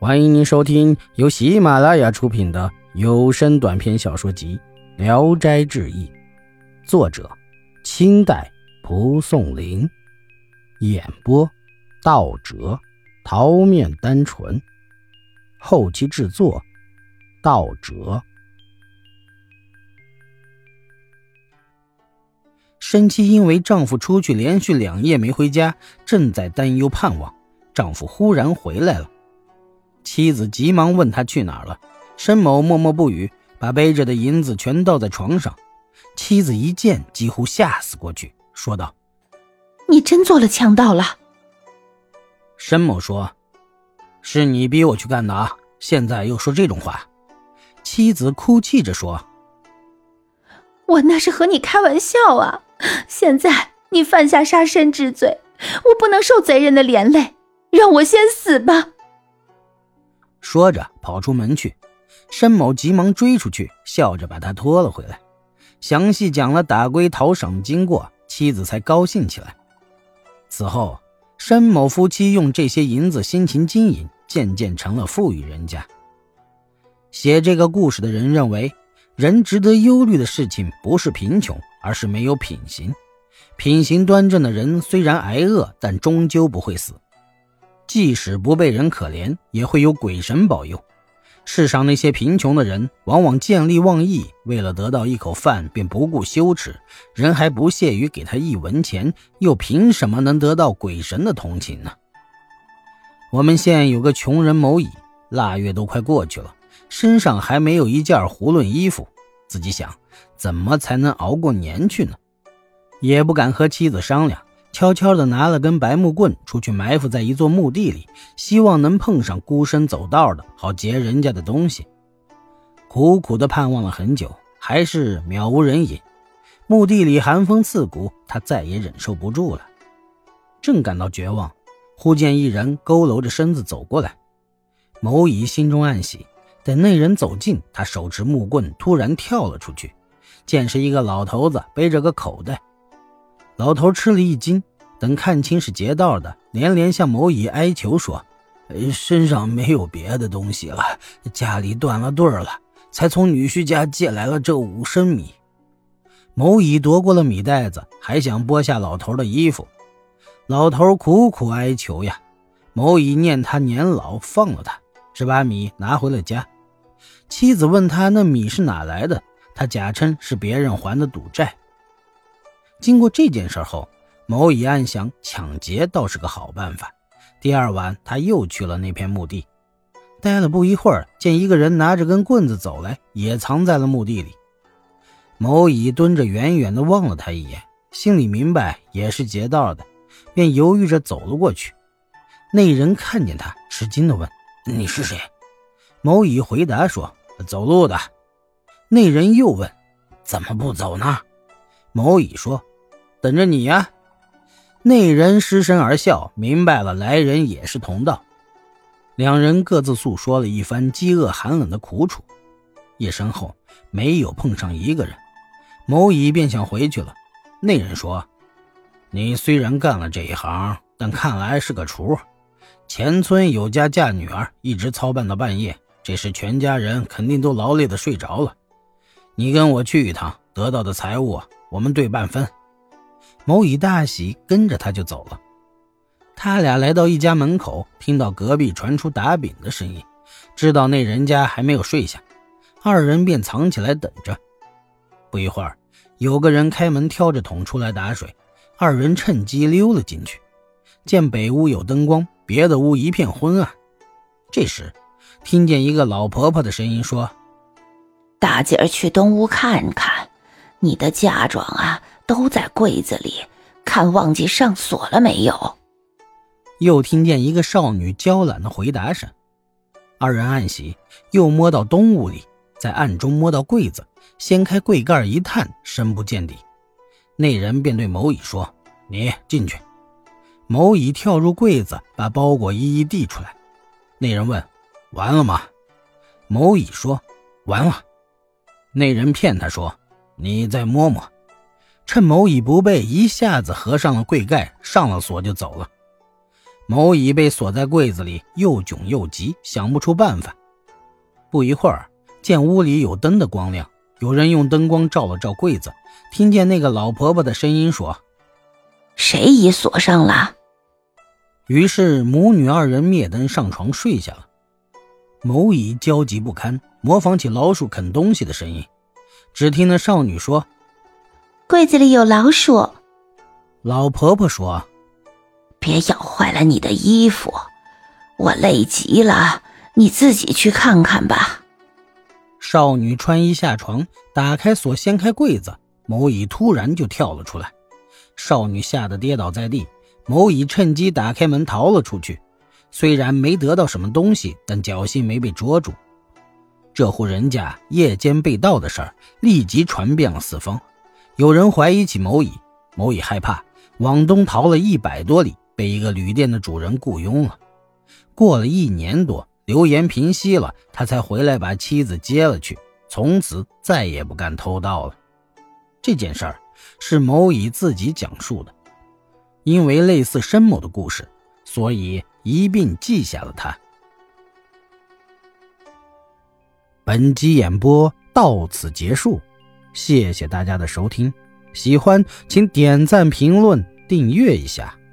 欢迎您收听由喜马拉雅出品的有声短篇小说集《聊斋志异》，作者清代蒲松龄，演播道哲、桃面单纯，后期制作道哲。申妻因为丈夫出去连续2夜没回家，正在担忧盼望，丈夫忽然回来了。妻子急忙问他去哪儿了，申某默默不语，把背着的银子全倒在床上。妻子一见几乎吓死过去，说道： 你真做了强盗了。 申某说：是你逼我去干的啊，现在又说这种话。妻子哭泣着说： 我那是和你开玩笑啊，现在你犯下杀身之罪，我不能受贼人的连累，让我先死吧。 说着跑出门去，申某急忙追出去，笑着把他拖了回来，详细讲了打龟讨赏的经过，妻子才高兴起来。此后申某夫妻用这些银子辛勤经营，渐渐成了富裕人家。写这个故事的人认为，人值得忧虑的事情不是贫穷，而是没有品行。品行端正的人虽然挨饿，但终究不会死。即使不被人可怜，也会有鬼神保佑。世上那些贫穷的人，往往见利忘义，为了得到一口饭便不顾羞耻，人还不屑于给他1文钱，又凭什么能得到鬼神的同情呢？我们县有个穷人某乙，腊月都快过去了，身上还没有一件囫囵衣服，自己想怎么才能熬过年去呢？也不敢和妻子商量，悄悄地拿了根白木棍出去埋伏在一座墓地里，希望能碰上孤身走道的，好劫人家的东西。苦苦地盼望了很久，还是渺无人影。墓地里寒风刺骨，他再也忍受不住了。正感到绝望，忽见一人佝偻着身子走过来。某乙心中暗喜，等那人走近，他手持木棍突然跳了出去，见是一个老头子背着个口袋。老头吃了一惊，等看清是劫道的，连连向某乙哀求说：身上没有别的东西了，家里断了顿了，才从女婿家借来了这5升米。某乙夺过了米袋子，还想剥下老头的衣服。老头苦苦哀求呀，某乙念他年老，放了他，只把米拿回了家。妻子问他那米是哪来的，他假称是别人还的赌债。经过这件事后，某乙暗想抢劫倒是个好办法。第2晚他又去了那片墓地，待了不一会儿，见一个人拿着根棍子走来，也藏在了墓地里。某乙蹲着远远地望了他一眼，心里明白也是劫道的，便犹豫着走了过去。那人看见他，吃惊地问：你是谁？某乙回答说：走路的。那人又问：怎么不走呢？某乙说：等着你呀。那人失声而笑，明白了来人也是同道。2人各自诉说了一番饥饿寒冷的苦楚。夜深后没有碰上一个人，某乙便想回去了。那人说：你虽然干了这一行，但看来是个厨。前村有家嫁女儿，一直操办到半夜，这时全家人肯定都劳累的睡着了。你跟我去一趟，得到的财物我们对半分。某乙大喜，跟着他就走了。他俩来到一家门口，听到隔壁传出打饼的声音，知道那人家还没有睡下，2人便藏起来等着。不一会儿，有个人开门挑着桶出来打水，2人趁机溜了进去。见北屋有灯光，别的屋一片昏暗。这时听见一个老婆婆的声音说： 大姐儿去东屋看看，你的嫁妆啊都在柜子里，看忘记上锁了没有。 又听见一个少女娇懒的回答声。2人暗喜，又摸到东屋里，在暗中摸到柜子，掀开柜盖一探，深不见底。那人便对某乙说：你进去。某乙跳入柜子，把包裹一一递出来。那人问：完了吗？某乙说：完了。那人骗他说：你再摸摸。趁某乙不备，一下子合上了柜盖，上了锁就走了。 某乙被锁在柜子里，又窘又急，想不出办法。不一会儿，见屋里有灯的光亮，有人用灯光照了照柜子，听见那个老婆婆的声音说：“ 谁已锁上了？” 于是母女二人灭灯上床睡下了。某乙焦急不堪，模仿起老鼠啃东西的声音。只听那少女说：“ 柜子里有老鼠。” 老婆婆说：“ 别咬坏了你的衣服，我累极了，你自己去看看吧。” 少女穿衣下床，打开锁，掀开柜子，某乙突然就跳了出来。少女吓得跌倒在地，某乙趁机打开门逃了出去。虽然没得到什么东西，但侥幸没被捉住。这户人家夜间被盗的事儿立即传遍了四方，有人怀疑起某乙，某乙害怕，往东逃了100多里，被一个旅店的主人雇佣了。过了1年多，流言平息了，他才回来把妻子接了去，从此再也不敢偷盗了。这件事儿是某乙自己讲述的，因为类似申某的故事，所以一并记下了它。本集演播到此结束，谢谢大家的收听，喜欢请点赞、评论、订阅一下。